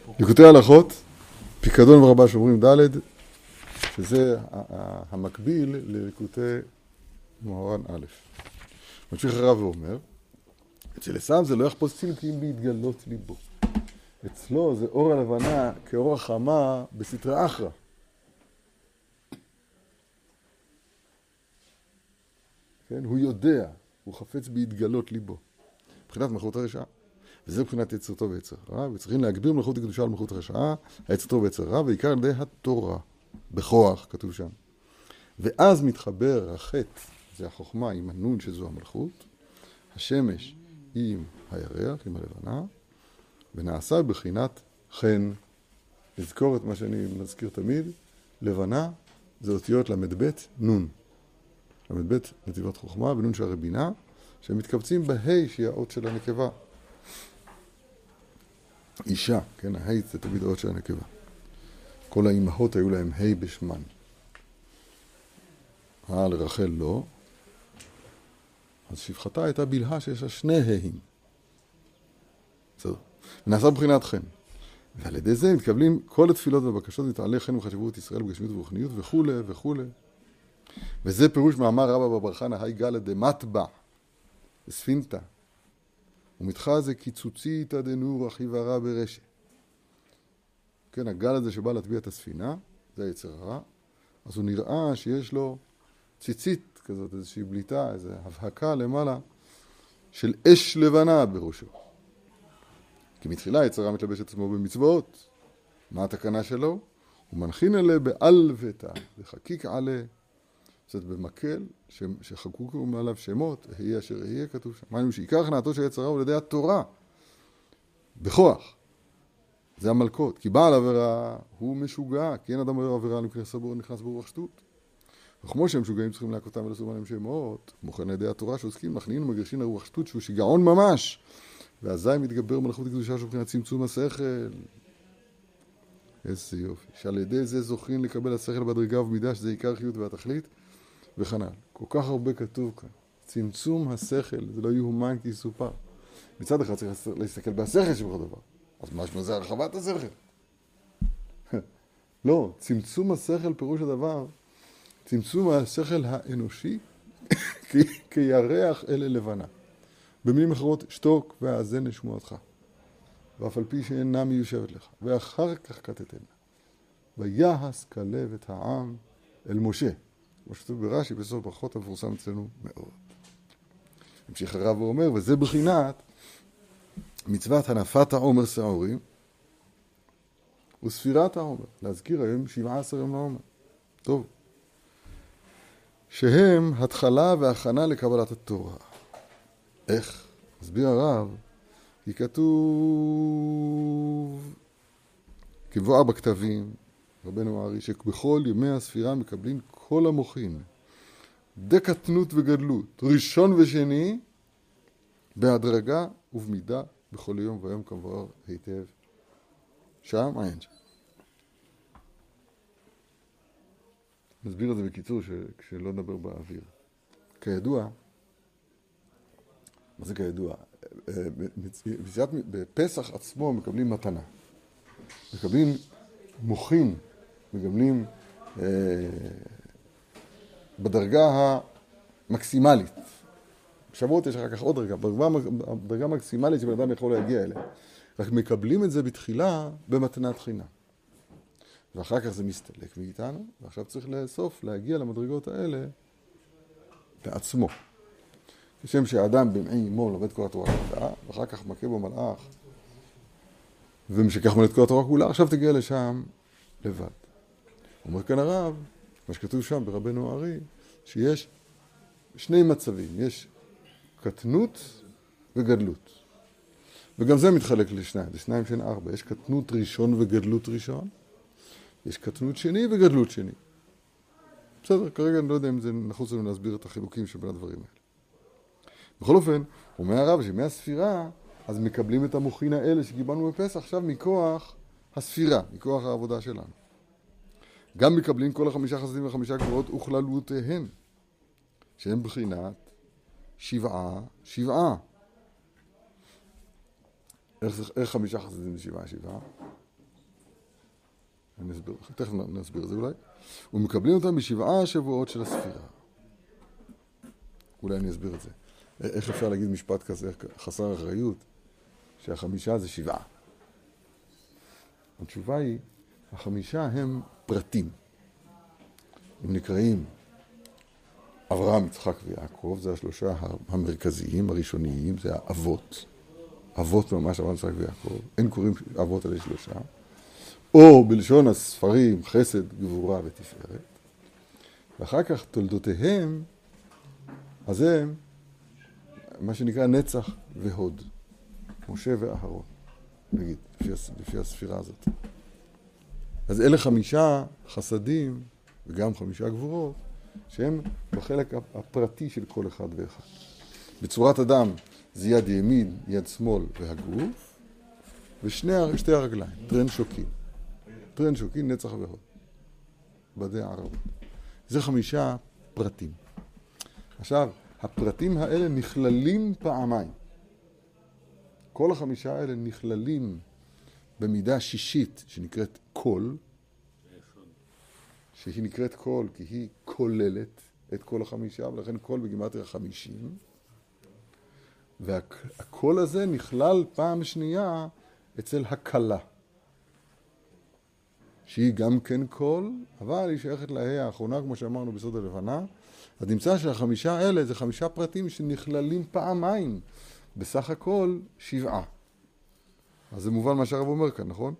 ליקוטי הלכות, פיקדון ורבה שאומרים ד', שזה המקביל לליקוטי מוהר"ן א'. ממשיך הרב ואומר, אצל עשיו זה לא יחפוץ צילקים להתגלות ליבו. אצלו זה אור הלבנה כאור החמה בסתרי אחרא. כן? הוא יודע, הוא חפץ בהתגלות ליבו. מבחינת מלכות הרשעה. וזה מבחינת יצר טוב ויצר רע, וצריכים להגביר מלכות הקדושה על מלכות הרשעה, היצר טוב ויצר רע, ועיקר על ידי התורה. בכוח, כתוב שם. ואז מתחבר החטא, זה החוכמה עם הנון שזו המלכות, השמש עם הירח, עם הלבנה, ונעשה בחינת חן. נזכור את מה שאני מזכיר תמיד, לבנה זה אותיות למ"ב נון. למ"ב נתיבת חוכמה ונון שערי בינה, שמתקבצים בהי שהיא האות של הנקבה. אישה, כן, ההי זה תמיד האות של הנקבה. כל האימהות היו להם הי בשמן. לרחל לא. אז שפחתה הייתה בלהה שיש לה שני היים. בסדר. ונעשה בחינת חן. ועל ידי זה מתקבלים כל התפילות והבקשות מתעלה חן וחשיבות ישראל בגשמיות ורוחניות וכו' וכו'. וזה פירוש מאמר רבא בבר חנא, היי גלה דמטבע, ספינתא. ומתחה זה קיצוצית דנור אחיו הרע ברשע. כן, הגל הזה שבא להטביע את הספינה, זה היצר הרע, אז הוא נראה שיש לו ציצית כזאת, איזושהי בליטה, איזו הבהקה למעלה של אש לבנה בראשו. כי מתחילה היצר הרע מתלבש את עצמו במצוות. מה התקנה שלו? הוא מנחין עליה באלוותה, וחקיק עליה, זאת במקל, שחקוקו מעליו שמות, יהיה אשר יהיה, כתוב שם. מה שעיקר הכנעתו של היצר הרע הוא על ידי התורה, בכוח. זה המלכות. כי בעל עבירה הוא משוגע, כי אין אדם עובר עבירה נכנס ברוח שטות. וכמו שהם משוגעים צריכים להכותם ולעשו עליהם שמות, כמו כן על ידי התורה שעוסקים, מכניעים ומגרשים לרוח שטות שהוא שיגעון ממש. ואזי מתגבר מלכות הקדושה שבחינת צמצום השכל. איזה יופי. שעל ידי זה זוכים לקבל השכל בדרגה ובמידה, שזה עיקר חיות והתכלית, וכנ"ל. כל כך הרבה כתוב כאן. צמצום השכל, זה לא יאומן כי יסופר. מצד אחד צריך להסתכל בהשכל שבכל דבר. אז משמע זה הרחבת השכל. לא, צמצום השכל פירוש הדבר, צמצום השכל האנושי כירח אלה לבנה. במילים אחרות, שתוק והאזן לשמועתך. ואף על פי שאינה מיושבת לך. ואחר כך כתתנה. ויעש כלב את העם אל משה. כמו שכתוב ברש"י, בסוף ברכות המפורסם אצלנו מאוד. המשיך הרב ואומר, וזה בחינת מצוות הנפת העומר שעורים וספירת העומר. להזכיר היום 17 יום לעומר. טוב. שהם התחלה והכנה לקבלת התורה. איך? מסביר הרב, כי כתוב כבואר בכתבים, רבנו הארי, שבכל ימי הספירה מקבלים כל המוחין, דקטנות וגדלות, ראשון ושני, בהדרגה ובמידה, בכל יום ויום כמבואר היטב. שם, אין שם. נסביר את זה בקיצור, כשלא נדבר באוויר. כידוע, מה זה כידוע? בפסח עצמו מקבלים מתנה. מקבלים מוחין, מקבלים בדרגה המקסימלית. בשבועות יש אחר כך עוד דרגה, בדרגה המקסימלית שבן אדם יכול להגיע אליה. רק מקבלים את זה בתחילה במתנת חינם. ואחר כך זה מסתלק מאיתנו, ועכשיו צריך לאסוף, להגיע למדרגות האלה בעצמו. כשם שהאדם במעי אמו לומד כל התורה כולה, ואחר כך מכה בו מלאך, ומשכח מלא את כל התורה כולה, עכשיו תגיע לשם לבד. אומר כאן הרב, מה שכתוב שם ברבנו הארי, שיש שני מצבים, יש קטנות וגדלות. וגם זה מתחלק לשניים, זה שניים שאין ארבע. יש קטנות ראשון וגדלות ראשון, יש קטנות שני וגדלות שני. בסדר, כרגע אני לא יודע אם זה נחוץ לנו להסביר את החילוקים שבין הדברים האלה. בכל אופן, אומר הרב שימי הספירה, אז מקבלים את המוחין האלה שקיבלנו בפסח עכשיו מכוח הספירה, מכוח העבודה שלנו. גם מקבלים כל 5 חסדים ו5 גבורות וכללותיהן, שהם בחינת 7. איך 5 חסדים ו7? אני אסביר לך, תכף נסביר את זה אולי. ומקבלים אותם ב7 שבועות של הספירה. אולי אני אסביר את זה. איך אפשר להגיד משפט כזה, חסר אחריות, שה5 זה 7. התשובה היא, 5 הם פרטים. הם נקראים אברהם, יצחק ויעקב, זה 3 המרכזיים, הראשוניים, זה האבות. אבות ממש, אברהם, יצחק ויעקב. אין קוראים אבות על 3. או בלשון הספרים, חסד, גבורה ותפארת. ואחר כך תולדותיהם, אז הם מה שנקרא נצח והוד. משה ואהרון, נגיד, לפי הספירה הזאת. אז אלה 5 חסדים וגם 5 גבורות, שהם בחלק הפרטי של כל אחד ואחד. בצורת אדם זה יד ימין, יד שמאל והגוף, ושתי הרגליים, טרן שוקין. טרן שוקין, נצח והוד. בדי הערב. זה 5 פרטים. עכשיו, הפרטים האלה נכללים פעמיים. כל 5 האלה נכללים במידה שישית שנקראת קול, שהיא נקראת קול כי היא כוללת את כל 5, ולכן קול בגימטריה 50. והקול הזה נכלל פעם שנייה אצל הקלה, שהיא גם כן קול, אבל היא שייכת להיא האחרונה, כמו שאמרנו בסוד הלבנה. אז נמצא שה5 האלה זה 5 פרטים שנכללים פעמיים, בסך הכל 7. אז זה מובן מה שהרב אומר כאן, נכון?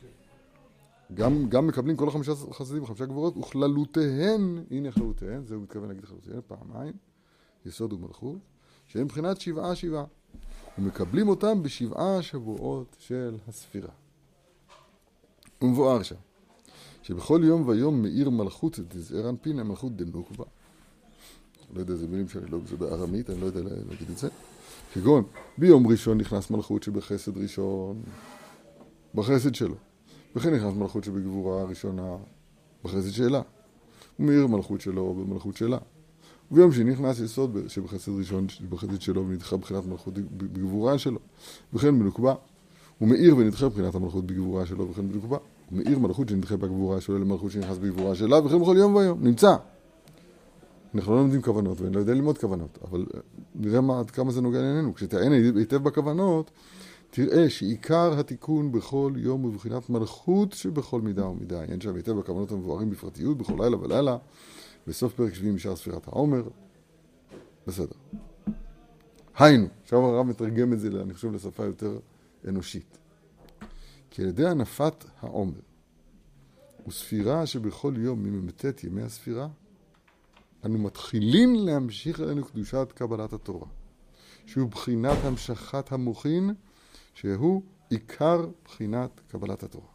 גם מקבלים כל 5 חסדים ו5 גבורות, וכללותיהן, הנה כללותיהן, זה הוא מתכוון להגיד כללותיהן, פעמיים, יסוד ומלכות, שהם מבחינת 7. ומקבלים אותם ב7 שבועות של הספירה. ומבואר שם, שבכל יום ויום מאיר מלכות דזעיר אנפין, המלכות דנוקבה. לא יודע, זה מילים שאני לא, זה בארמית, אני לא יודע להגיד את זה. כגון, ביום ראשון נכנס מלכות שבחסד ראשון, בחסד שלו. וכן נכנס מלכות שבגבורה הראשונה, בחסד שלה. ומאיר מלכות שלו במלכות שלה. וביום שני נכנס יסוד שבחסד ראשון, בחסד שלו, ונדחה בחינת מלכות בגבורה שלו. וכן בנוקבה. הוא מאיר ונדחה בחינת המלכות בגבורה שלו, וכן בנוקבה. הוא מאיר מלכות שנדחה בגבורה שלו למלכות שנכנס בגבורה שלה, וכן בכל יום ויום. נמצא. אנחנו לא לומדים כוונות, ואני לא יודע ללמוד כוונות, אבל נראה עד כמה זה נוגע לענייננו. כשתעיין היטב בכוונות, תראה שעיקר התיקון בכל יום הוא בבחינת מלכות שבכל מידה ומידה. אין שם היטב בכוונות המבוארים בפרטיות, בכל לילה ולילה, בסוף פרק 70 משאר ספירת העומר. בסדר. היינו, עכשיו הרב מתרגם את זה, אני חושב, לשפה יותר אנושית. כי על ידי הנפת העומר, וספירה שבכל יום ממתת ימי הספירה, אנו מתחילים להמשיך אלינו קדושת קבלת התורה, שהוא בחינת המשכת המוחין, שהוא עיקר בחינת קבלת התורה.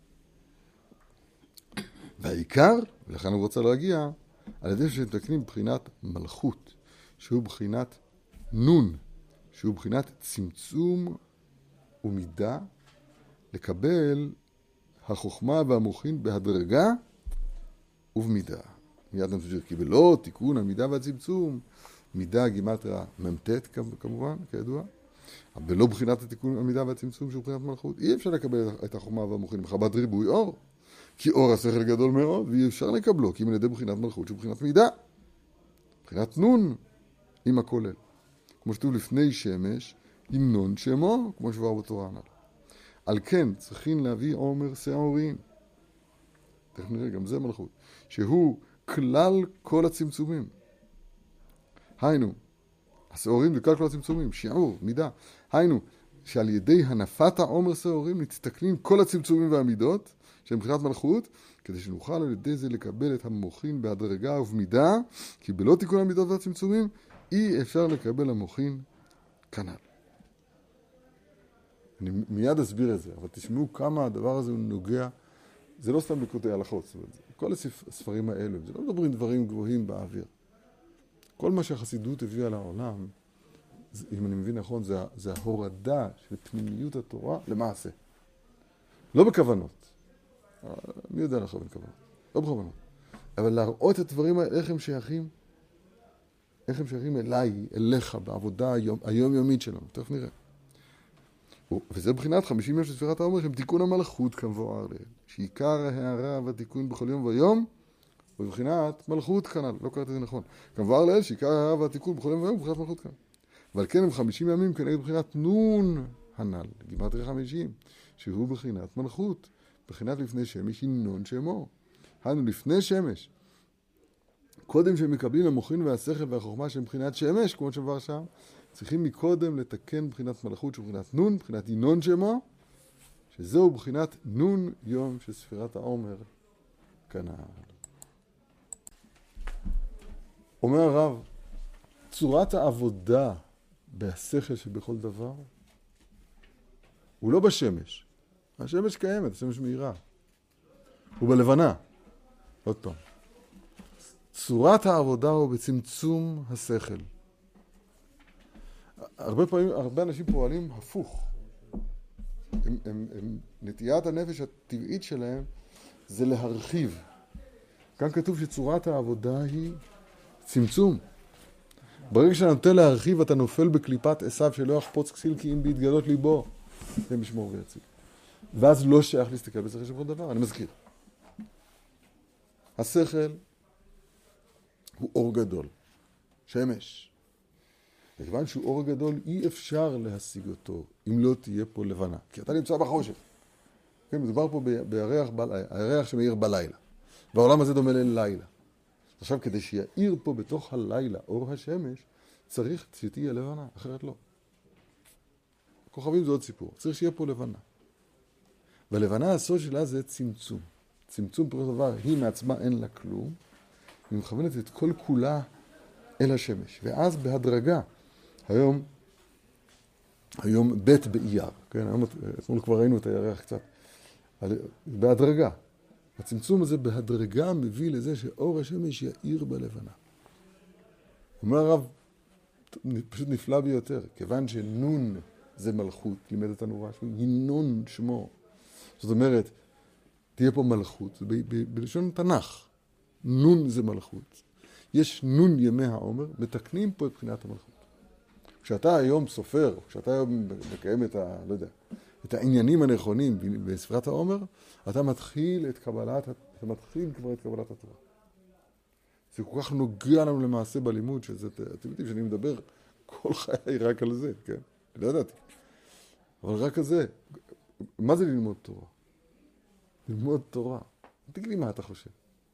והעיקר, ולכן הוא רוצה להגיע, על ידי שמתקנים בחינת מלכות, שהוא בחינת נון, שהוא בחינת צמצום ומידה, לקבל החוכמה והמוחין בהדרגה ובמידה. מיד נמשיך, כי בלא תיקון המידה והצמצום, מידה גימטריה ממתת כמובן, כידוע, אבל בלא בחינת התיקון המידה והצמצום שהוא בחינת מלכות, אי אפשר לקבל את החוכמה והמוחין בחב"ד ריבוי אור, כי אור השכל גדול מאוד, ואי אפשר לקבלו, כי אם על ידי בחינת מלכות שהוא בחינת מידה, בחינת נון עם הכולל. כמו שכתוב לפני שמש, עם נון שמו, כמו שבואר בתורה הנ"ל. על כן צריכים להביא עומר שעורים. תכף נראה, גם זה מלכות. שהוא כלל כל הצמצומים. היינו, השעורים זה כלל כל הצמצומים, שיעור, מידה. היינו, שעל ידי הנפת העומר שעורים נתתקנים כל הצמצומים והמידות, שהם מבחינת מלכות, כדי שנוכל על ידי זה לקבל את המוחין בהדרגה ובמידה, כי בלא תיקון המידות והצמצומים, אי אפשר לקבל המוחין כנ"ל. אני מיד אסביר את זה, אבל תשמעו כמה הדבר הזה הוא נוגע, זה לא סתם בקוטעי הלכות, זאת אומרת, כל הספרים האלה, זה לא מדברים דברים גבוהים באוויר. כל מה שהחסידות הביאה לעולם, אם אני מבין נכון, זה ההורדה של פנימיות התורה למעשה. לא בכוונות. מי יודע לכוון כוונות? לא בכוונות. אבל להראות את הדברים האלה, איך הם שייכים? איך הם שייכים אליי, אליך, בעבודה היומיומית שלנו. תכף נראה. וזה בחינת 50 יום של ספירת העומר, שהם תיקון המלכות כמבואר לעיל. שעיקר ההערה והתיקון בכל יום ויום, ובבחינת מלכות כנ"ל, לא קראתי את זה נכון. כמבואר לעיל, שעיקר ההערה והתיקון בכל יום ויום, ובבחינת מלכות כנ"ל. ועל כן הם 50 ימים כנגד בחינת נון הנ"ל, גימטריה 50, שהוא בחינת מלכות, בחינת לפני שמש היא נון שמו. היינו לפני שמש. קודם שהם מקבלים המוחין והשכל והחוכמה שהם בחינת שמש, כמו שמבר שם, צריכים מקודם לתקן בחינת מלכות שהוא בחינת נון, בחינת ינון שמו, שזהו בחינת נון יום של ספירת העומר כנ"ל. אומר הרב, צורת העבודה בהשכל שבכל דבר הוא לא בשמש. השמש קיימת, השמש מהירה. הוא בלבנה. עוד פעם. צורת העבודה הוא בצמצום השכל. הרבה פעמים, הרבה אנשים פועלים הפוך. נטיית הנפש הטבעית שלהם זה להרחיב. כאן כתוב שצורת העבודה היא צמצום. ברגע שאתה נוטה להרחיב, אתה נופל בקליפת עשיו שלא יחפוץ כסיל כי אם בהתגלות ליבו. זה משמור ויציל. ואז לא שייך להסתכל בשכל של כל דבר. אני מזכיר. השכל הוא אור גדול. שמש. וכיוון שהוא אור גדול, אי אפשר להשיג אותו אם לא תהיה פה לבנה. כי אתה נמצא בחושך. כן, מדובר פה הירח שמאיר בלילה. והעולם הזה דומה ללילה. עכשיו, כדי שיאיר פה בתוך הלילה אור השמש, צריך שתהיה לבנה, אחרת לא. כוכבים זה עוד סיפור. צריך שיהיה פה לבנה. והלבנה הסוד שלה זה צמצום. צמצום פירוש דבר, היא מעצמה אין לה כלום. היא מכוונת את כל כולה אל השמש. ואז בהדרגה, היום בית באייר, כן? אתמול כבר ראינו את הירח קצת. בהדרגה. הצמצום הזה בהדרגה מביא לזה שאור השמש יאיר בלבנה. אומר הרב, פשוט נפלא ביותר, כיוון שנון זה מלכות, לימד אותנו רש"י, ינון שמו. זאת אומרת, תהיה פה מלכות, בלשון תנ"ך. נון זה מלכות. יש נון ימי העומר, מתקנים פה את בחינת המלכות. כשאתה היום סופר, כשאתה היום מקיים את העניינים הנכונים בספירת העומר, אתה מתחיל כבר את קבלת התורה. זה כל כך נוגע לנו למעשה בלימוד, שזה, אתם יודעים שאני מדבר כל חיי רק על זה, כן? לא ידעתי. אבל רק על זה. מה זה ללמוד תורה? ללמוד תורה. תגיד לי מה אתה חושב.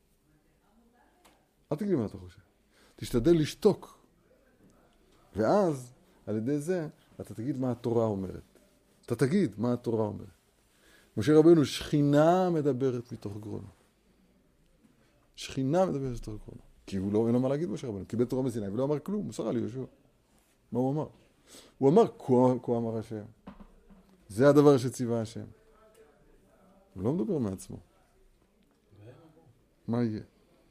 אל תגיד לי מה אתה חושב. תשתדל לשתוק. ואז, על ידי זה, אתה תגיד מה התורה אומרת. אתה תגיד מה התורה אומרת. משה רבנו, שכינה מדברת מתוך גרונו. שכינה מדברת מתוך גרונו. כי הוא לא, אין לו מה להגיד משה רבנו. קיבל תורה מסיני ולא אמר כלום. הוא שרה לי יהושע. מה הוא אמר? הוא אמר, כה אמר השם. זה הדבר שציווה השם. הוא לא מדבר מעצמו. מה יהיה?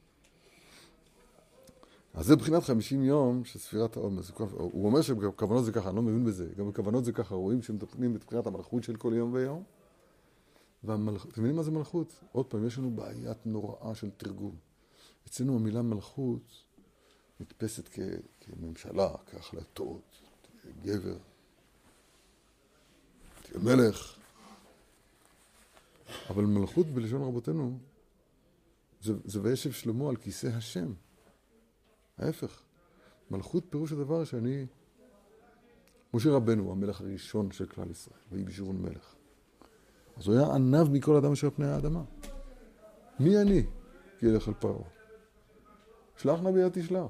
אז זה בחינת 50 יום של ספירת העומר. הוא אומר שבכוונות זה ככה, אני לא מבין בזה. גם בכוונות זה ככה, רואים שמתקנים את בחינת המלכות של כל יום ויום. אתם מבינים מה זה מלכות? עוד פעם, יש לנו בעיית נוראה של תרגום. אצלנו המילה מלכות נתפסת כממשלה, כהחלטות, גבר, מלך. אבל מלכות בלשון רבותינו, זה וישב שלמה על כיסא השם. ההפך. מלכות פירוש הדבר שאני, משה רבנו, המלך הראשון של כלל ישראל, ויהי בשורון מלך. אז הוא היה ענב מכל אדם אשר פני האדמה. מי אני? כי ילך אל פרעה. שלח נא ביד תשלח.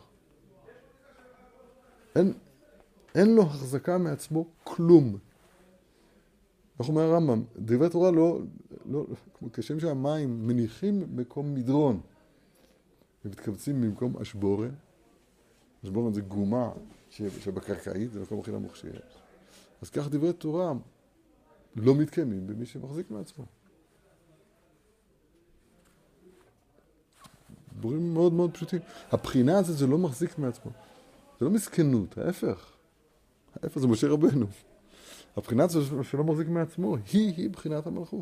אין לו החזקה מעצמו כלום. איך אומר הרמב"ם? דברי תורה לא, כשם שהמים מניחים מקום מדרון, ומתקבצים במקום אשבורן. אשבורן זה גומה שבקרקעית, זה מקום הכי נמוך שיש. אז כך דברי תורה לא מתקיימים במי שמחזיק מעצמו. דברים מאוד מאוד פשוטים. הבחינה הזאת זה לא מחזיק מעצמו. זה לא מסכנות, ההפך. ההפך זה משה רבנו. הבחינה הזאת שלא מחזיק מעצמו, היא בחינת המלכות.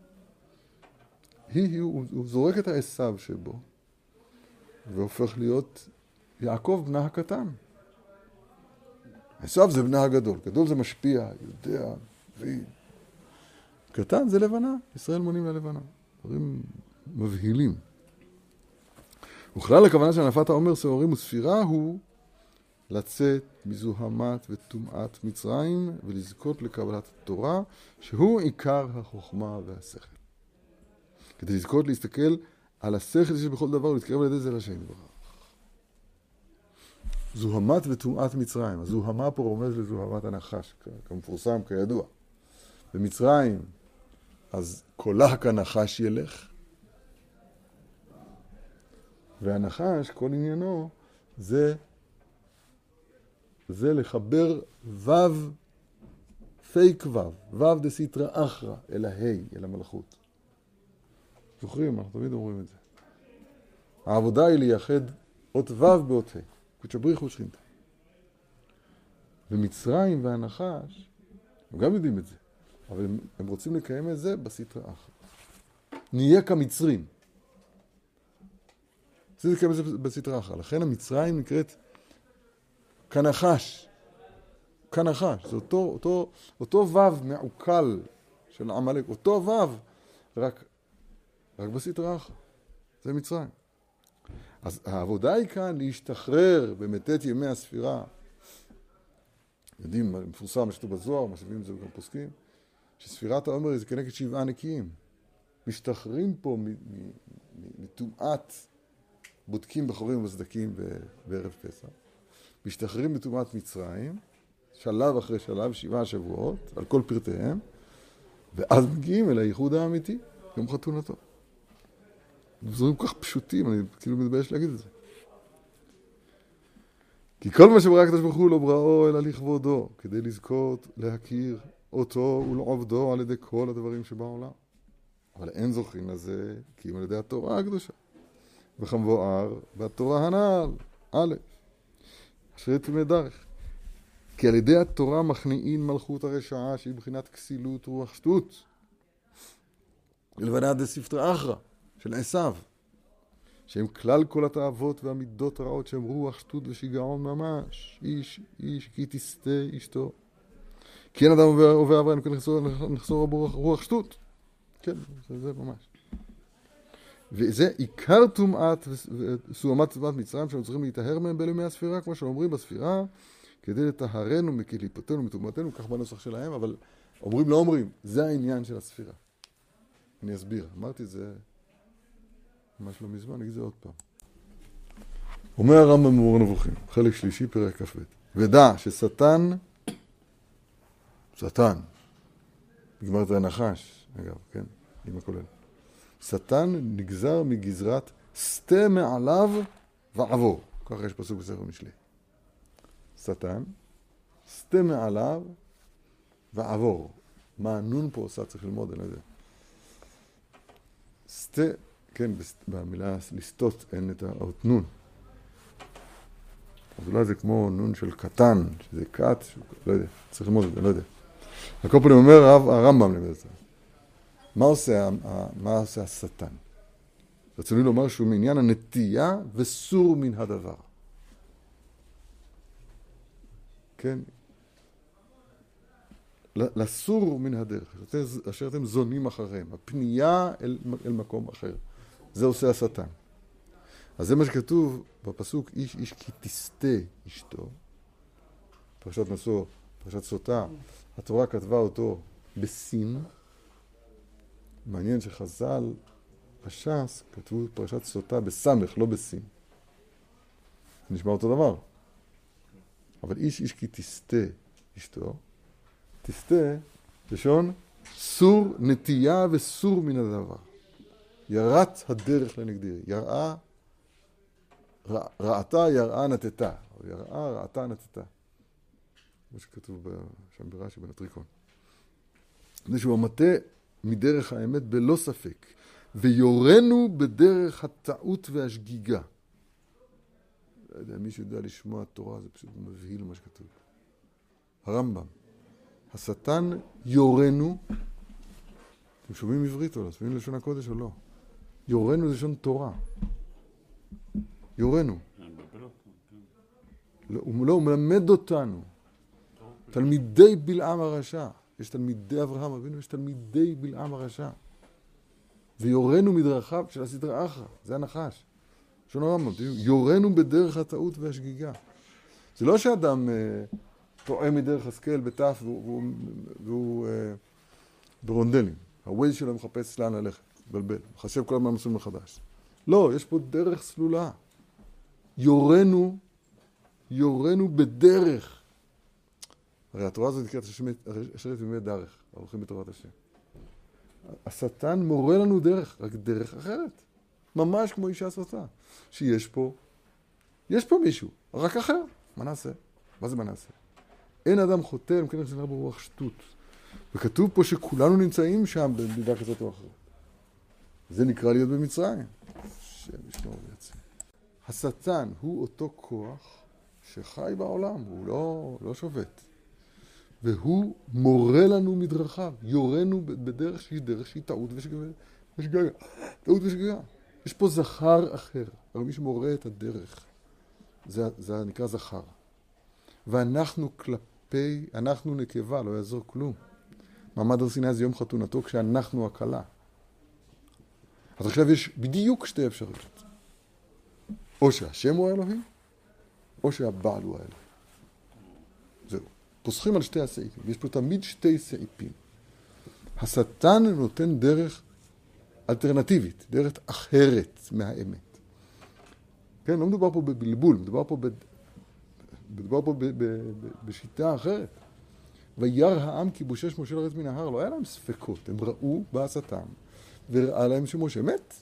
הוא זורק את העשיו שבו, והופך להיות יעקב בנה הקטן. עשיו זה בנה הגדול. גדול זה משפיע, יודע, קטן זה לבנה, ישראל מונים ללבנה. דברים מבהילים. וכלל הכוונה של הנפת העומר, שעורים וספירה הוא לצאת מזוהמת וטומאת מצרים ולזכות לקבלת התורה, שהוא עיקר החוכמה והשכל. כדי לזכות להסתכל על השכל שיש בכל דבר ולהתקרב על ידי זה לשם יתברך. זוהמת וטומאת מצרים. הזוהמה פה רומז לזוהמת הנחש, כמפורסם, כידוע. במצרים, אז קולה כנחש ילך, והנחש, כל עניינו, זה לחבר וו, פייק וו דסיטרא אחרא, אל ההי, אל המלכות. זוכרים, אנחנו תמיד אומרים את זה. העבודה היא לייחד אות וו באות ה', קודשא בריך ושכינתא. ומצרים והנחש, הם גם יודעים את זה, אבל הם רוצים לקיים את זה בסיטרא אחרא. נהיה כמצרים. זה לקיים את זה בסיטרא אחרא. לכן המצרים נקראת כנחש. כנחש. זה אותו וו מעוקל של עמלק. אותו וו, רק בסיטרא אחרא. זה מצרים. אז העבודה היא כאן להשתחרר במתת ימי הספירה. יודעים, מפורסם, מה שכתוב בזוהר, מה שווים את זה גם פוסקים, שספירת העומר זה כנגד 7 נקיים. משתחררים פה מטומאת בודקים בחורים ובסדקים בערב פסח. משתחררים מטומאת מצרים, שלב אחרי שלב, 7 שבועות, על כל פרטיהם, ואז מגיעים אל הייחוד האמיתי, יום חתונתו. דברים כל כך פשוטים, אני כאילו מתבייש להגיד את זה. כי כל מה שברא הקדוש ברוך הוא לא בראו אלא לכבודו, כדי לזכות להכיר אותו ולעובדו על ידי כל הדברים שבעולם. אבל אין זוכין לזה כי אם על ידי התורה הקדושה. וכמבואר בתורה הנ"ל, א', אשר תלמד דרך. כי על ידי התורה מכניעין מלכות הרשעה שהיא בחינת כסילות רוח שטות. ולבנה דספטרא אחרא של עשיו. שהם כלל כל התאוות והמידות הרעות שהם רוח שטות ושיגעון ממש. איש כי תסתה אשתו. כי אין אדם עובר עברה אם כן נחזור רוח שטות. כן, זה ממש. וזה עיקר טומאת וסועמת טומאת מצרים שאנחנו צריכים להתאהר מהם בימי הספירה, כמו שאומרים בספירה, כדי לטהרנו מקליפתנו מטומאתנו, כך בנוסח שלהם, אבל אומרים לא אומרים, זה העניין של הספירה. אני אסביר, אמרתי את זה ממש לא מזמן, נגיד זה עוד פעם. אומר הרמב"ם במורה נבוכים, חלק שלישי, פרק כ"ב. ודע ששטן, נגמר את הנחש, אגב, כן, עם הכולל. שטן נגזר מגזרת סטה מעליו ועבור. ככה יש פסוק בספר משלי. שטן, סטה מעליו ועבור. מה הנון פה עושה? צריך ללמוד, אני לא יודע. סטה, כן, במילה לסטות אין את האות נון. אז אולי זה כמו נון של קטן, שזה קט, לא יודע, צריך ללמוד את זה, לא יודע. הכל פעמים אומר הרמב"ם למד את זה. מה עושה השטן? רצוני לומר שהוא מעניין הנטייה וסור מן הדבר. כן? לסור מן הדרך, אשר אתם זונים אחריהם, הפנייה אל מקום אחר. זה עושה השטן. אז זה מה שכתוב בפסוק, איש כי תסתה אשתו. פרשת נשוא, פרשת סוטה, התורה כתבה אותו בסין. מעניין שחז"ל בש"ס כתבו פרשת סוטה בסמך, לא בסין. זה נשמע אותו דבר. אבל איש כי תסתה אשתו. תסתה, לשון סור נטייה וסור מן הדבר. יראת הדרך לנגדי. רעתה יראה נתתה. יראה רעתה נתתה. מה שכתוב שם ברש"י בנטריקון. זה שהוא המטה מדרך האמת בלא ספק, ויורנו בדרך הטעות והשגיגה. לא יודע, מישהו יודע לשמוע תורה, זה פשוט מבהיל מה שכתוב. הרמב"ם, השטן יורנו, אתם שומעים עברית או לא? שומעים לשון הקודש או לא? יורנו זה לשון תורה. יורנו. הוא מלמד אותנו. תלמידי בלעם הרשע. יש תלמידי אברהם אבינו, יש תלמידי בלעם הרשע. ויורנו מדרכיו של הסדרה אחרא, זה הנחש. שון הרמב"ם, יורנו בדרך הטעות והשגיגה. זה לא שאדם טועה מדרך השכל בתף והוא ברונדלים. הווייז שלו מחפש לאן ללכת, בלבל, מחשב כל הזמן מסלול מחדש. לא, יש פה דרך סלולה. יורנו בדרך. הרי התורה הזאת נקראת אשרת ימי דרך, הולכים בתורת השם. השטן מורה לנו דרך, רק דרך אחרת. ממש כמו אישה סוטה. שיש פה, יש פה מישהו, רק אחר. מה נעשה? מה זה מה נעשה? אין אדם חוטא, אם כן נכנסה ברוח שטות. וכתוב פה שכולנו נמצאים שם במידה כזאת או אחרת. זה נקרא להיות במצרים. השם ישמור ויציל. השטן הוא אותו כוח שחי בעולם, הוא לא שובת. והוא מורה לנו מדרכיו, יורנו בדרך שהיא דרך שהיא טעות ושגגה. טעות ושגגה. יש פה זכר אחר, אבל מי שמורה את הדרך, זה נקרא זכר. ואנחנו אנחנו נקבה, לא יעזור כלום. מעמד הר סיני זה יום חתונתו כשאנחנו הכלה. אז עכשיו יש בדיוק שתי אפשרויות. או שהשם הוא האלוהים, או שהבעל הוא האלוהים. זהו. פוסחים על שתי הסעיפים. יש פה תמיד שתי סעיפים. השטן נותן דרך אלטרנטיבית, דרך אחרת מהאמת. כן, לא מדובר פה בבלבול, מדובר פה בשיטה אחרת. וירא העם כי בושש משה לרדת מן ההר, לא היה להם ספקות, הם ראו בעשתם, וראה להם שמשה מת.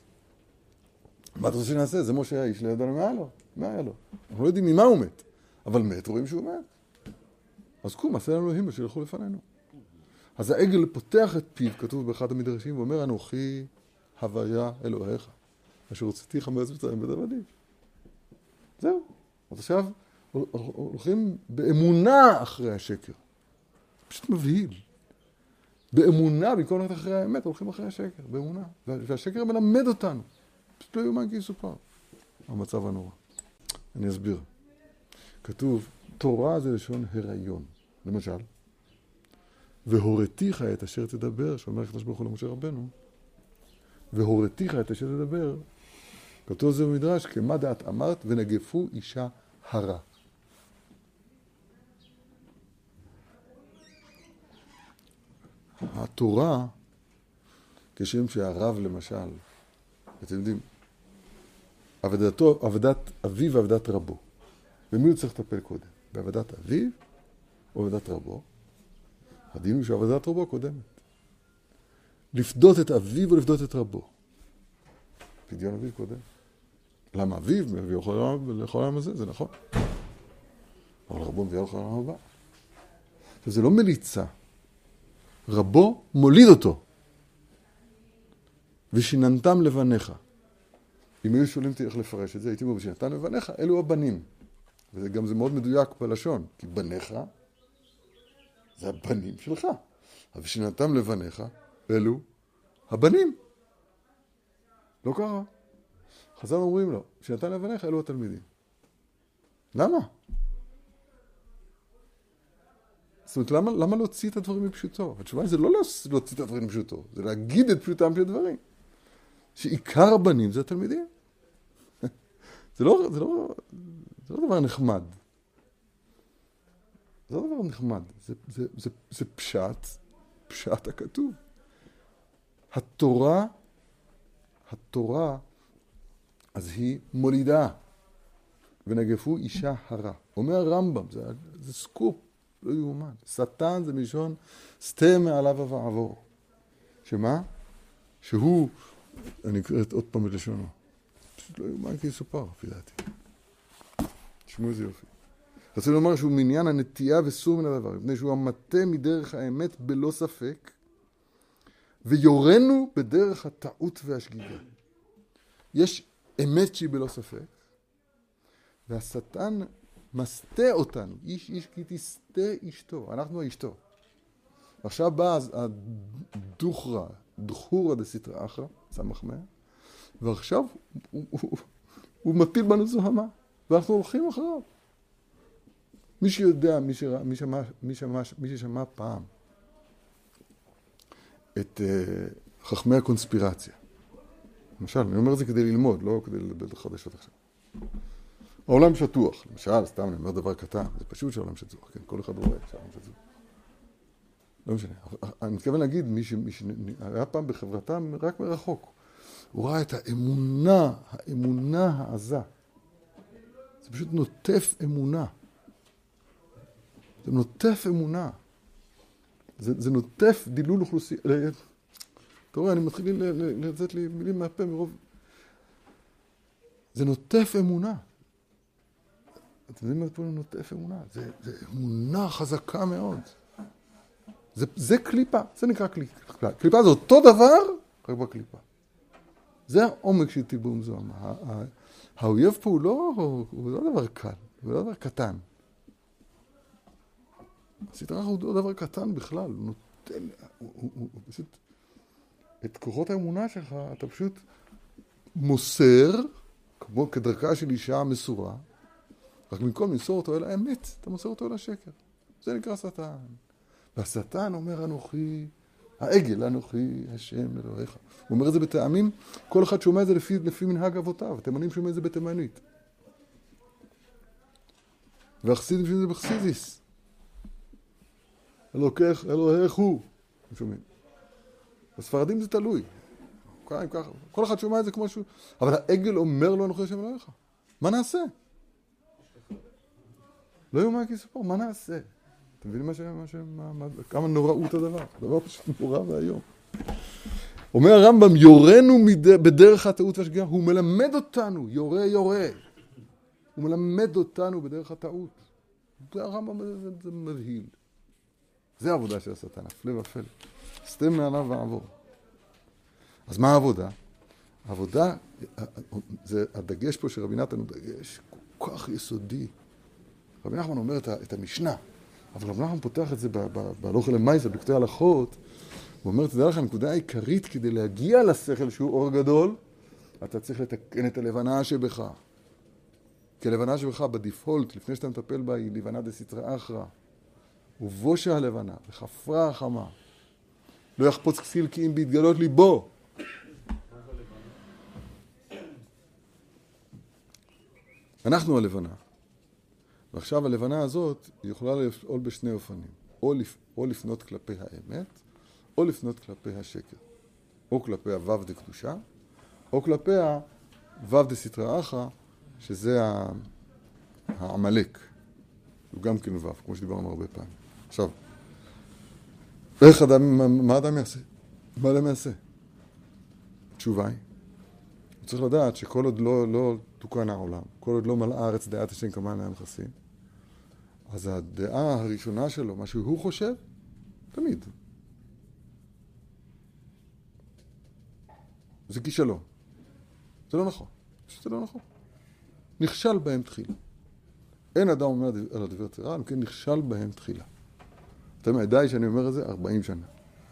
מה אתה רוצה שנעשה? זה משה האיש, לא ידענו מה היה לו. אנחנו לא יודעים ממה הוא מת, אבל מת, רואים שהוא מת. אז קום, עשה לנו אלוהים ושילכו לפנינו. אז העגל פותח את פיו, כתוב באחד המדרשים, ואומר, אנוכי הוויה אלוהיך, אשר הוצאתיך מארץ מצרים ביד עבדים. זהו. אז עכשיו הולכים באמונה אחרי השקר. פשוט מבהיל. באמונה, במקום ללכת אחרי האמת, הולכים אחרי השקר, באמונה. והשקר מלמד אותנו. פשוט לא יאומן כי יסופר. המצב הנורא. אני אסביר. כתוב, תורה זה לשון הריון. למשל, והורתיך את אשר תדבר, שאומר הקדוש ברוך הוא למשה רבנו, והורתיך את אשר תדבר, כתוב זה במדרש, כמה דעת אמרת, ונגפו אישה הרה. התורה, כשם שהרב למשל, אתם יודעים, עבודת אביו ועבודת רבו. במי הוא צריך לטפל קודם? בעבודת אביו או עבודת רבו? הדין הוא שעבודת רבו קודמת. לפדות את אביו או לפדות את רבו. פדיון אביו קודם. למה אביו מביא לכל העם הזה? זה נכון. אבל רבו מביא לכל העם הבא. עכשיו זה לא מליצה. רבו מוליד אותו. ושיננתם לבניך. אם היו שואלים אותי איך לפרש את זה, הייתי אומר, ושיננתם לבניך, אלו הבנים. וגם זה מאוד מדויק בלשון, כי בניך זה הבנים שלך. אבל ושיננתם לבניך, אלו הבנים. לא קרה. חז"ל אומרים לו, ושיננתם לבניך, אלו התלמידים. למה? זאת אומרת, למה להוציא את הדברים מפשוטו? התשובה היא, זה לא להוציא את הדברים מפשוטו, זה להגיד את פשוטם של הדברים. שעיקר הבנים זה התלמידים. זה לא דבר נחמד. זה לא דבר נחמד. זה פשט הכתוב. התורה, אז היא מולידה. ונגפו אישה הרה. אומר הרמב"ם, זה סקופ. לא יאומן. שטן זה מלשון סטה מעליו ועבור. שמה? שהוא, אני אקראת עוד פעם את לשונו. פשוט לא יאומן כי יסופר, לפי דעתי. תשמעו איזה יופי. רציתי לומר שהוא מעניין הנטייה וסור מן הדבר, מפני שהוא המטה מדרך האמת בלא ספק, ויורנו בדרך הטעות והשגיגה. יש אמת שהיא בלא ספק, והשטן מסתה אותנו, איש כי תסתה אשתו, אנחנו האשתו. עכשיו בא דחורא דסיטרא אחרא, סמ"ך 100, ועכשיו הוא מטיל בנו זוהמה, ואנחנו הולכים אחריו. מי שיודע, מי ששמע פעם את חכמי הקונספירציה. למשל, אני אומר את זה כדי ללמוד, לא כדי לדבר חדשות עכשיו. העולם שטוח, למשל, סתם אני אומר דבר קטן, זה פשוט שהעולם שטוח, כן? כל אחד רואה שהעולם שטוח. לא משנה. אני מתכוון להגיד, מי שהיה פעם בחברתם רק מרחוק, הוא ראה את האמונה העזה. זה פשוט נוטף אמונה. זה נוטף אמונה. זה נוטף דילול אוכלוסייה. אתה רואה, אני מתחיל לצאת לי מילים מהפה מרוב... זה נוטף אמונה. אתם יודעים מה פה נוטף אמונה? זה אמונה חזקה מאוד. זה קליפה, זה נקרא קליפה. קליפה זה אותו דבר, רק בקליפה. זה העומק של טיבום זוהמה. האויב פה הוא לא דבר קל, הוא לא דבר קטן. הסדרה הוא לא דבר קטן בכלל, הוא נותן, הוא פשוט, את כוחות האמונה שלך אתה פשוט מוסר, כמו כדרכה של אישה מסורה, רק במקום למסור אותו אל האמת, אתה מוסר אותו אל השקר. זה נקרא שטן. והשטן אומר אנוכי, העגל אנוכי, השם אלוהיך. הוא אומר את זה בטעמים, כל אחד שומע את זה לפי מנהג אבותיו, התימנים שומעים את זה בתימנית. והחסידים שומעים את זה בחסידיס. אלוהיך הוא, הם שומעים. בספרדים זה תלוי. כל אחד שומע את זה כמו שהוא, אבל העגל אומר לו אנוכי השם אלוהיך. מה נעשה? לא יאומן כי יסופר, מה נעשה? אתם מבינים כמה נוראות הדבר? דבר פשוט נורא והיום. אומר הרמב"ם, יורנו בדרך הטעות והשגיאה, הוא מלמד אותנו, יורה. הוא מלמד אותנו בדרך הטעות. זה הרמב"ם, זה מבהיל. זה העבודה של השטן, הפלא ופלא. סתם מעליו ועבור. אז מה העבודה? העבודה, זה הדגש פה שרבי נתן הוא דגש כל כך יסודי. רבי נחמן אומר את המשנה, אבל רבי נחמן פותח את זה בהלכה למעשה, בכתבי הלכות, הוא אומר, תדע לך, הנקודה העיקרית כדי להגיע לשכל שהוא אור גדול, אתה צריך לתקן את הלבנה שבך. כי הלבנה שבך בדיפולט, לפני שאתה מטפל בה, היא לבנה דסתרא אחרא. ובושה הלבנה, וחפרה החמה. לא יחפוץ כסיל כי אם בהתגלות ליבו. אנחנו הלבנה. ועכשיו הלבנה הזאת יכולה לפעול בשני אופנים. או לפנות כלפי האמת, או לפנות כלפי השקר. או כלפי הוו דקדושה, או כלפי הוו דסתרא אחרא, שזה העמלק. הוא גם כן וו, כמו שדיברנו הרבה פעמים. עכשיו, מה אדם יעשה? מה אדם יעשה? התשובה היא, הוא צריך לדעת שכל עוד לא תוקן העולם, כל עוד לא מלאה הארץ דעת השם כמובן להם חסים, אז הדעה הראשונה שלו, מה שהוא חושב, תמיד. זה כישלון. זה לא נכון. זה לא נכון. נכשל בהם תחילה. אין אדם אומר על הדבר תראה, אם כן נכשל בהם תחילה. אתם ידעי שאני אומר את זה 40 שנה.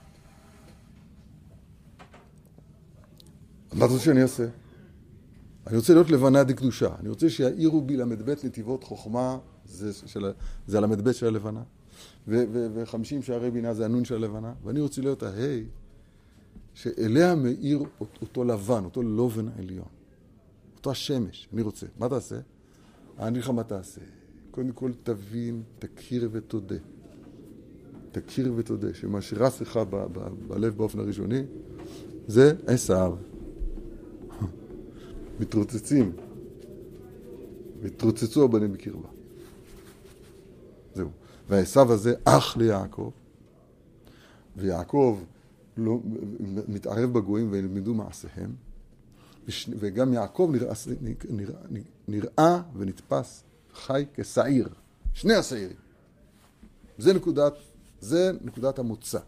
מה אתה רוצה שאני אעשה? אני רוצה להיות לבנה דקדושה. אני רוצה שיעירו בי ל"ב נתיבות חוכמה, זה הל"ב של הלבנה. ו50 שערי בינה זה הנון של הלבנה. ואני רוצה להיות ההי, שאליה מאיר אותו לבן, אותו לובן עליון. אותו השמש. אני רוצה. מה תעשה? אני אגיד לך מה תעשה. קודם כל תבין, תכיר ותודה. תכיר ותודה, שמה שרס לך בלב באופן הראשוני, זה עשיו. מתרוצצים. מתרוצצו הבנים בקרבה. זהו. והעשיו הזה אח ליעקב, ויעקב לא, מתערב בגויים וילמדו מעשיהם, וגם יעקב נראה ונתפס חי כשעיר. שני השעירים. זה נקודת המוצא.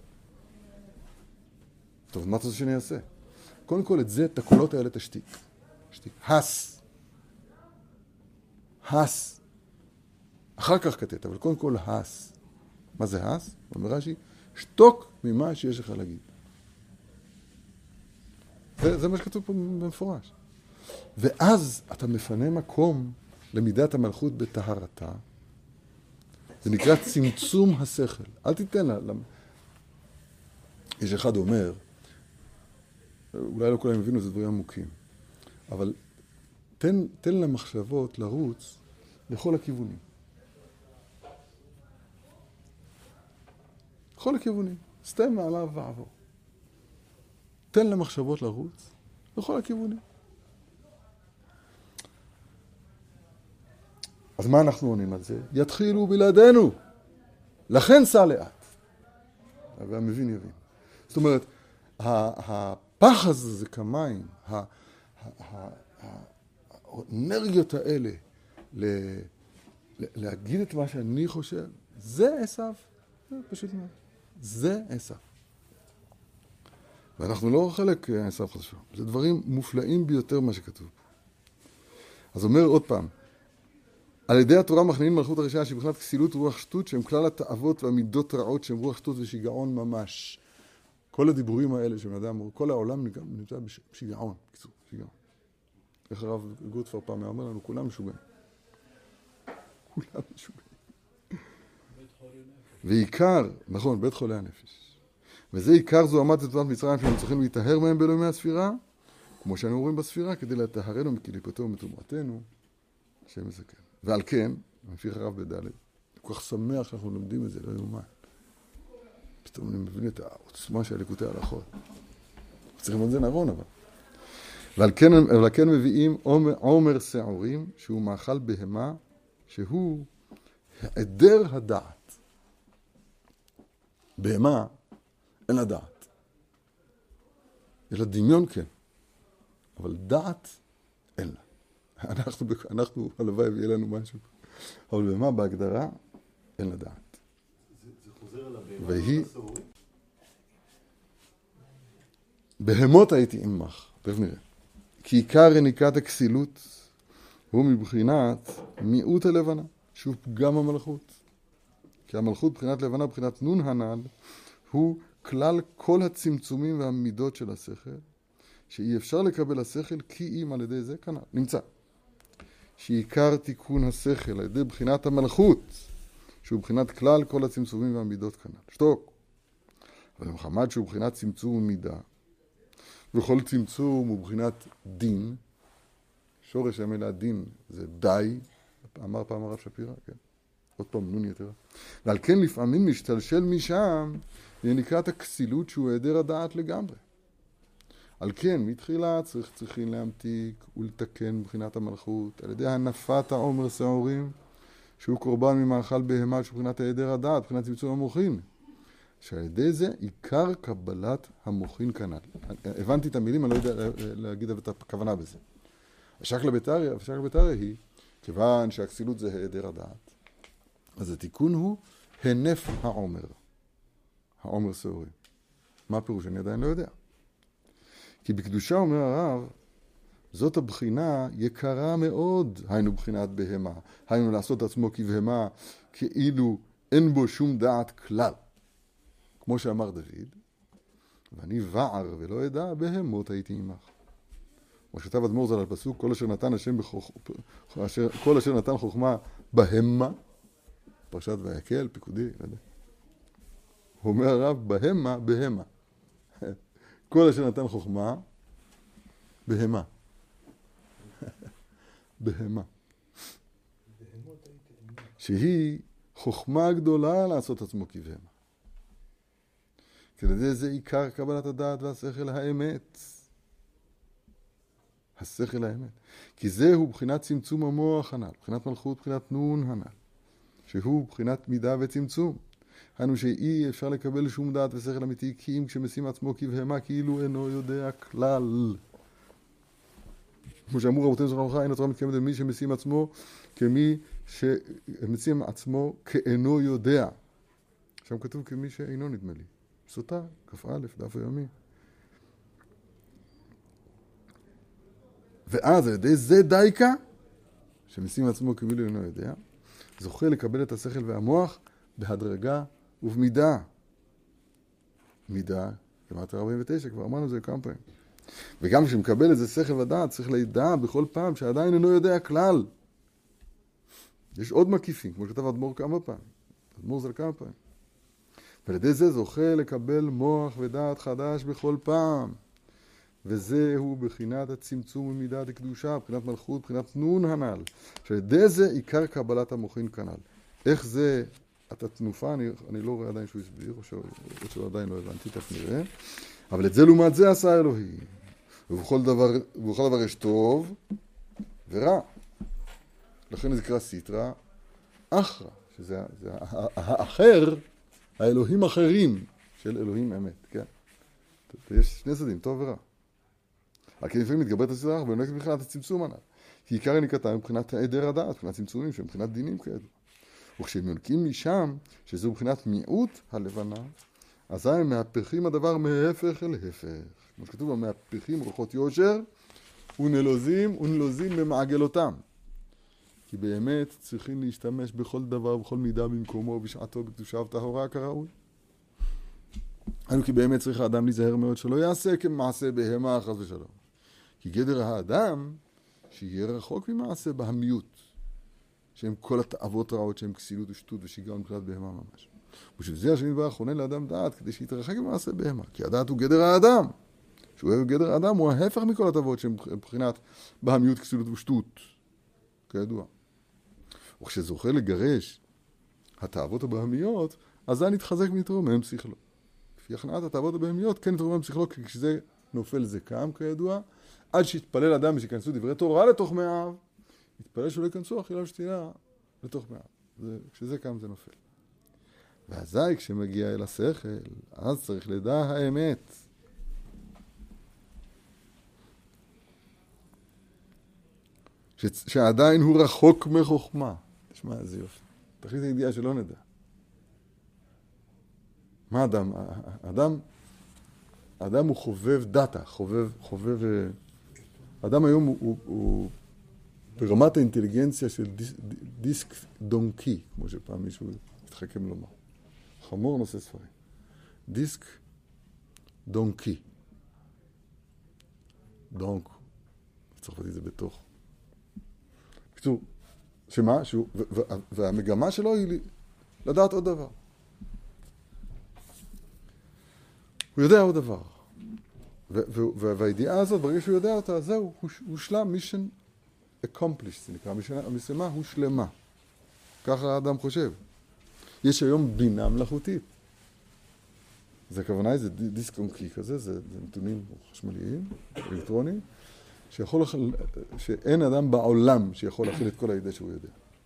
טוב, מה אתה רוצה שאני אעשה? קודם כל את הקולות האלה תשתיק. הס. אחר כך כתת, אבל קודם כל הס. מה זה הס? אומר רש"י, שתוק ממה שיש לך להגיד. זה מה שכתוב פה במפורש. ואז אתה מפנה מקום למידת המלכות בטהרתה. זה נקרא צמצום השכל. אל תיתן לה. יש אחד אומר, אולי לא כולם הבינו, זה דברים עמוקים, אבל תן למחשבות לרוץ לכל הכיוונים. לכל הכיוונים. סתם מעליו ועבור. תן למחשבות לרוץ לכל הכיוונים. אז מה אנחנו עונים על זה? יתחילו בלעדינו. לכן סע לאט. והמבין יבין. זאת אומרת, הפחז הזה כמים, האנרגיות האלה, להגיד את מה שאני חושב, זה עשיו. זה פשוט מאוד. זה עשיו. ואנחנו לא חלק עשיו חדשו. זה דברים מופלאים ביותר מה שכתוב. אז אומר עוד פעם, על ידי התורה מכניעים מלכות הרשעה שבכלל כסילות רוח שטות, שהם כלל התאוות והמידות רעות שהם רוח שטות ושיגעון ממש. כל הדיבורים האלה שבן אדם אמרו, כל העולם נמצא בשיגעון, בקיצור, שיגעון. איך הרב גוטפר פעם אומר לנו, כולם משוגעים. כולם משוגעים. ועיקר, נכון, בית חולי הנפש. וזה עיקר זו עמד את תורת מצרים שהם צריכים להתאהר מהם באלוהי הספירה, כמו שאנו אומרים בספירה, כדי לטהרנו מקליפתו ומטומאתנו, השם יזכר. ועל כן, ממשיך הרב בד' כל כך שמח שאנחנו לומדים את זה, לא יאומן. פתאום אני מבין את העוצמה של ליקוטי ההלכות. צריכים את זה נרון אבל. ועל כן מביאים עומר שעורים, שהוא מאכל בהמה, שהוא היעדר הדעת. בהמה אין לה דעת. יש לה דמיון כן, אבל דעת אין לה. אנחנו הלוואי ויהיה לנו משהו. אבל בהמה בהגדרה אין לה דעת. זה חוזר על הבהמה. והיא... בהמות הייתי עמך, תכף נראה. כי עיקר רניקת הכסילות הוא מבחינת מיעוט הלבנה, שהוא פגם המלכות. כי המלכות בחינת לבנה, בחינת נון הנ"ל, הוא כלל כל הצמצומים והמידות של השכל, שאי אפשר לקבל השכל כי אם על ידי זה כנ"ל. נמצא. שעיקר תיקון השכל על ידי בחינת המלכות, שהוא בחינת כלל כל הצמצומים והמידות כנ"ל. שתוק. אבל מחמד שהוא בחינת צמצום ומידה, וכל צמצום הוא בחינת דין, שורש המילה דין זה די, אמר פעם הרב שפירא, כן. עוד פעם נון יותר. ועל כן לפעמים משתלשל משם, ונקראת הכסילות שהוא היעדר הדעת לגמרי. על כן, מתחילה צריכים להמתיק ולתקן מבחינת המלכות, על ידי הנפת העומר שעורים, שהוא קורבן ממאכל בהמה, שהוא מבחינת היעדר הדעת, מבחינת צמצום המוחין. שעל ידי זה עיקר קבלת המוחין כנ"ל. הבנתי את המילים, אני לא יודע להגיד את הכוונה בזה. השקלא בתריא היא, כיוון שהכסילות זה היעדר הדעת, אז התיקון הוא הנף העומר. העומר שעורים. מה הפירוש? אני עדיין לא יודע. כי בקדושה אומר הרב, זאת הבחינה יקרה מאוד, היינו בחינת בהמה, היינו לעשות עצמו כבהמה, כאילו אין בו שום דעת כלל. כמו שאמר דוד, ואני וער ולא ידע, בהמות הייתי עמך. כמו שכתב אדמו"ר ז"ל על פסוק, כל אשר נתן חוכמה בהמה, פרשת ויקל, פיקודי, לא יודע. אומר הרב, בהמה. כל אשר נתן חוכמה, בהמה. בהמה. שהיא חוכמה גדולה לעשות עצמו כבהמה. כי לזה זה עיקר קבלת הדעת והשכל האמת. השכל האמת. כי זהו בחינת צמצום המוח הנ"ל, בחינת מלכות, בחינת נון הנ"ל. שהוא בחינת מידה וצמצום. היינו שאי אפשר לקבל שום דעת ושכל אמיתי, כי אם כשמשים עצמו כבהמה, כאילו אינו יודע כלל. כמו שאמרו רבותינו זכרונם לברכה, אין התורה מתקיימת על מי שמשים עצמו כמי שמשים עצמו כאינו יודע. שם כתוב כמי שאינו נדמה לי. סוטה, כ"א, דף היומי. ואז על ידי זה דייקה, שמשים עצמו כמי שאינו יודע, זוכה לקבל את השכל והמוח בהדרגה ובמידה. מידה, כמעט 49, כבר אמרנו את זה כמה פעמים. וגם כשמקבל את זה שכל ודעת, צריך לידע בכל פעם שעדיין אינו יודע כלל. יש עוד מקיפים, כמו שכתב אדמו"ר כמה פעמים. אדמו"ר ז"ל כמה פעמים. ועל ידי זה זוכה לקבל מוח ודעת חדש בכל פעם. וזהו בחינת הצמצום ומידת הקדושה, בחינת מלכות, בחינת נון הנ"ל. שעל ידי זה עיקר קבלת המוחין כנ"ל. איך זה, את התנופה, אני לא רואה עדיין שהוא הסביר, או שעדיין לא הבנתי, תכף נראה. אבל את זה לעומת זה עשה אלוהים. ובכל דבר יש טוב ורע. לכן זה נקרא סיטרא אחרא, שזה האחר, האלוהים אחרים של אלוהים אמת, כן? יש שני צדדים, טוב ורע. רק לפעמים מתגבר את הסדרה, אבל נקרא מבחינת הצמצום הנ"ל. כי עיקר הנקרא מבחינת העדר הדעת, מבחינת צמצומים, מבחינת דינים כידוע. וכשהם יונקים משם, שזו מבחינת מיעוט הלבנה, אזי הם מהפכים הדבר מהפך אל הפך. כמו שכתוב, המהפכים רוחות יושר, ונלוזים ממעגלותם. כי באמת צריכים להשתמש בכל דבר, בכל מידה במקומו, בשעתו, בקדושה וטהרה כראוי. כי באמת צריך האדם להיזהר מאוד שלא יעשה כמעשה בהמה חס ושלום. כי גדר האדם שיהיה רחוק ממעשה בהמיות, שהם כל התאוות רעות, שהם כסילות ושטות ושיגעון מבחינת בהמה ממש. ושבזה השם יתברך חונן לאדם דעת כדי שיתרחק ממעשה בהמה. כי הדעת הוא גדר האדם. שהוא אוהב גדר האדם הוא ההפך מכל התאוות שהם מבחינת בהמיות, כסילות ושטות. כידוע. וכשזוכה לגרש התאוות הבהמיות, אז זה נתחזק ונתרומם שכלו. לפי הכנעת התאוות הבהמיות, כן נתרומם שכלו, כי כשזה נופל זה קם, כידוע, עד שיתפלל אדם ושיכנסו דברי תורה לתוך מאיו, יתפלל שלא ייכנסו אכילה ושתייה לתוך מאיו. כשזה קם זה נופל. ואזי כשמגיע אל השכל, אז צריך לדע האמת. שעדיין הוא רחוק מחוכמה. תשמע, איזה יופי. תכלית הידיעה שלא נדע. מה אדם? אדם הוא חובב דאטה, חובב... אדם היום הוא ברמת האינטליגנציה של דיסק דונקי, כמו שפעם מישהו התחכם לומר. חמור נושא ספרים. דיסק דונקי. דונק. צרפתית זה בתוך. בקיצור, שמה? והמגמה שלו היא לדעת עוד דבר. הוא יודע עוד דבר. והידיעה הזאת, ברגע שהוא יודע אותה, זהו, הוא שלם, mission accomplished, זה נקרא, המשימה הוא שלמה. ככה האדם חושב. יש היום בינה מלאכותית. זה הכוונה, זה דיסק אונקי כזה, זה נתונים חשמליים, אלקטרוניים, שאין אדם בעולם שיכול להכיל את כל הידע שהוא יודע.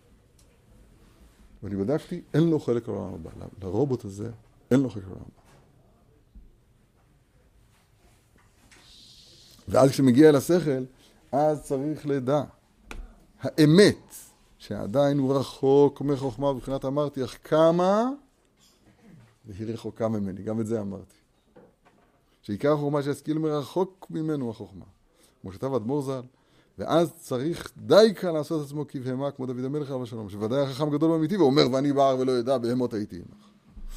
ואני בדקתי, אין לו חלק לעולם הבא. לרובוט הזה, אין לו חלק לעולם הבא. ואז כשמגיע אל השכל, אז צריך לדע. האמת, שעדיין הוא רחוק מחוכמה, ובבחינת אמרתי, אך כמה, והיא רחוקה ממני, גם את זה אמרתי. שעיקר החוכמה שישכיל מרחוק ממנו החוכמה. כמו שכתב אדמו"ר ז"ל, ואז צריך דייקה לעשות עצמו כבהמה, כמו דוד המלך עליו השלום, שוודאי החכם גדול ואמיתי, ואומר, ואני בער ולא ידע, בהמות הייתי עמך.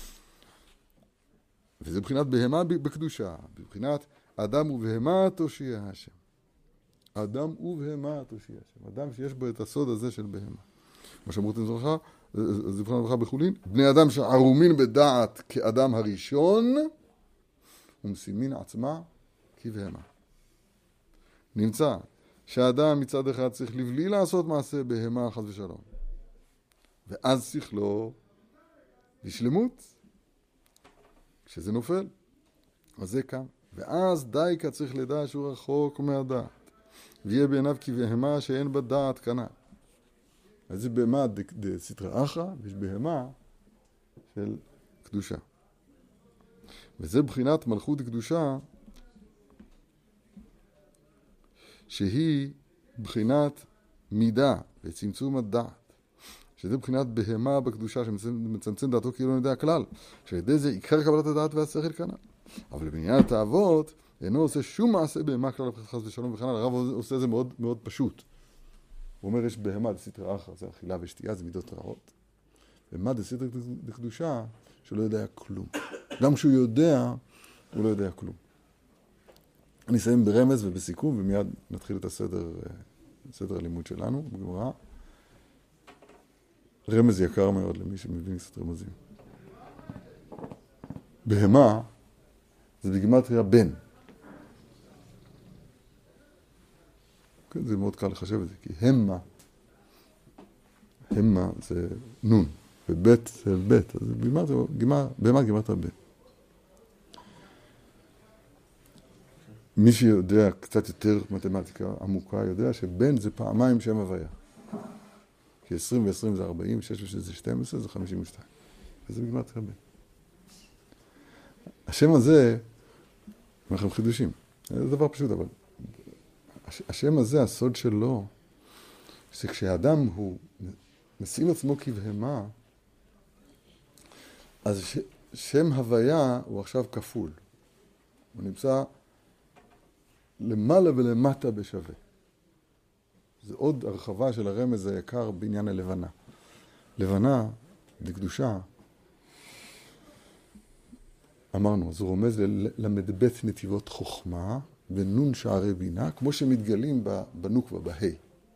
וזה בחינת בהמה בקדושה, בבחינת אדם ובהמה תושיע השם. אדם ובהמה תושיע השם. אדם שיש בו את הסוד הזה של בהמה. מה שאמרתם זרחה, זבחן וברכה בחולין, בני אדם שערומין בדעת כאדם הראשון, ומשימין עצמה כבהמה. נמצא שהאדם מצד אחד צריך לבלי לעשות מעשה בהמה חס ושלום. ואז שכלו בשלמות. כשזה נופל, אז זה קם. ואז דייקה צריך לדע שהוא רחוק מהדעת. ויהיה בעיניו כבהמה שאין בה דעת כנ"ל. אז זה בהמה דסתרא אחרא, ויש בהמה של קדושה. וזה בחינת מלכות קדושה, שהיא בחינת מידה וצמצום הדעת. שזה בחינת בהמה בקדושה שמצמצם דעתו כאילו לא יודע הכלל. שעל ידי זה עיקר קבלת הדעת והשכל כנ"ל. אבל בעניין התאוות אינו עושה שום מעשה בהמה כלל חס ושלום וכנ"ל. הרב עושה את זה מאוד מאוד פשוט. הוא אומר יש בהמה דסתרא אחרא, זה אכילה ושתייה, זה מידות רעות. בהמה דסתרא דקדושה שלא יודע כלום. גם כשהוא יודע, הוא לא יודע כלום. אני אסיים ברמז ובסיכום, ומיד נתחיל את סדר הלימוד שלנו בגמרא. רמז יקר מאוד למי שמבין קצת רמזים. בהמה זה בגימטריה בן. כן, זה מאוד קל לחשב את זה, כי המה זה נון, ובית זה בית, אז בהמה גימטריה בן. מי שיודע קצת יותר מתמטיקה עמוקה יודע שבן זה פעמיים שם הוויה. כי 20 ו-20 זה 40, 6 ו-6 זה 12, זה 52. וזה בגימטריה בן. השם הזה, אומר לכם חידושים, זה דבר פשוט, אבל השם הזה, הסוד שלו, זה כשהאדם הוא משים עצמו כבהמה, אז שם הוויה הוא עכשיו כפול. הוא נמצא למעלה ולמטה בשווה. זה עוד הרחבה של הרמז היקר בעניין הלבנה. לבנה, לקדושה, אמרנו, אז הוא רומז למדבט נתיבות חוכמה ונון שערי בינה, כמו שמתגלים בנוקבה, בהי.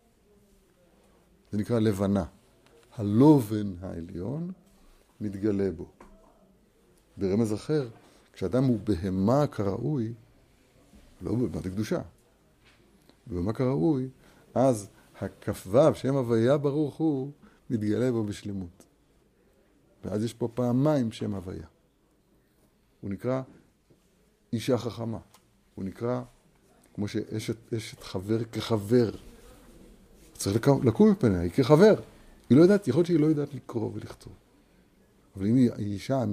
זה נקרא לבנה. הלובן העליון מתגלה בו. ברמז אחר, כשאדם הוא בהמה כראוי, לא בהמה לקדושה, בהמה כראוי, אז הכ"ו, שם הוויה ברוך הוא, מתגלה בו בשלמות. ואז יש פה פעמיים שם הוויה. הוא נקרא אישה חכמה. הוא נקרא כמו שאשת חבר כחבר. צריך לקום מפניה, היא כחבר. היא לא יודעת, יכול להיות שהיא לא יודעת לקרוא ולכתוב. אבל אם היא אישה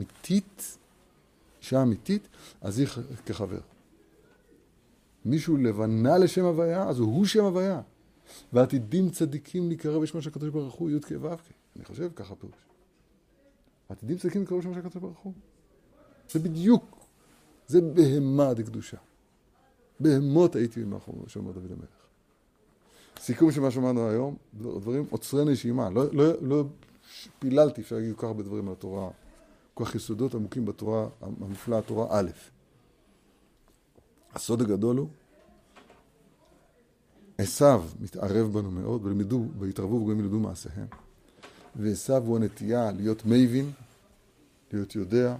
אמיתית, אז היא כחבר. מישהו לבנה לשם הוויה, אז הוא שם הוויה. ועתידים צדיקים להיקרא בשמו של הקדוש ברוך הוא, י' כ' ו' כ'. אני חושב ככה פירוש. עתידים צדיקים להיקרא בשמו של הקדוש ברוך הוא. זה בדיוק, זה בהמה דקדושה. בהמות הייתי מאחור, שאומר דוד המלך. סיכום של מה שאמרנו היום, דברים עוצרי נשימה. לא פיללתי, אפשר להגיד כל כך הרבה דברים על התורה, כל כך יסודות עמוקים בתורה, המופלאה, התורה א'. הסוד הגדול הוא, עשיו מתערב בנו מאוד, והתערבו וגם ילמדו מעשיהם. ועשיו הוא הנטייה להיות מבין, להיות יודע,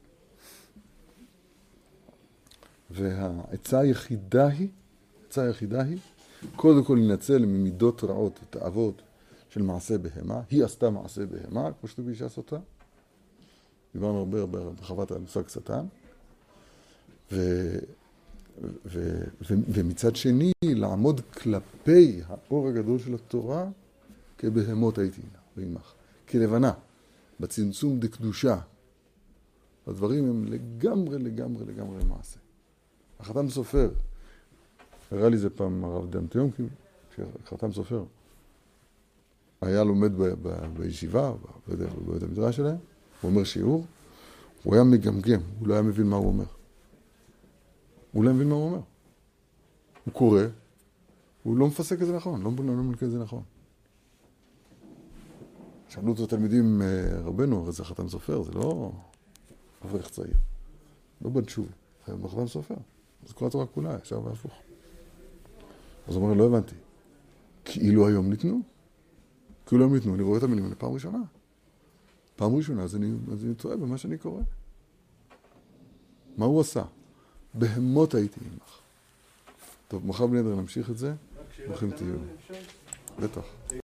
והעצה היחידה היא, קודם כל לנצל ממידות רעות ותאוות של מעשה בהמה. היא עשתה מעשה בהמה, כמו שתביא אישה סוטה. דיברנו הרבה ברחבת המושג שטן. ומצד שני, לעמוד כלפי האור הגדול של התורה, כבהמות הייתי ועמך. כלבנה, בצמצום דקדושה. הדברים הם לגמרי למעשה. החתם סופר, הראה לי זה פעם הרב דן טיומקין, כשחתם סופר היה לומד בישיבה, בבית המדרש שלהם, הוא אומר שיעור, הוא היה מגמגם, הוא לא היה מבין מה הוא אומר. הוא קורא, הוא לא מפסק את זה נכון, לא מלכה את זה נכון. שאלו אותו תלמידים, רבנו, הרי זה חתם סופר, זה לא אברך צעיר, לא בתשובה, זה חתם סופר. אז כל התורה כולה, ישר והפוך. אז הוא אומר, לא הבנתי. כאילו היום ניתנו. אני רואה את המילים האלה פעם ראשונה. אז אני טועה במה שאני קורא. מה הוא עשה? בהמות הייתי עמך. טוב, מחר בני נדר נמשיך את זה. ברוכים תהיו. בטח.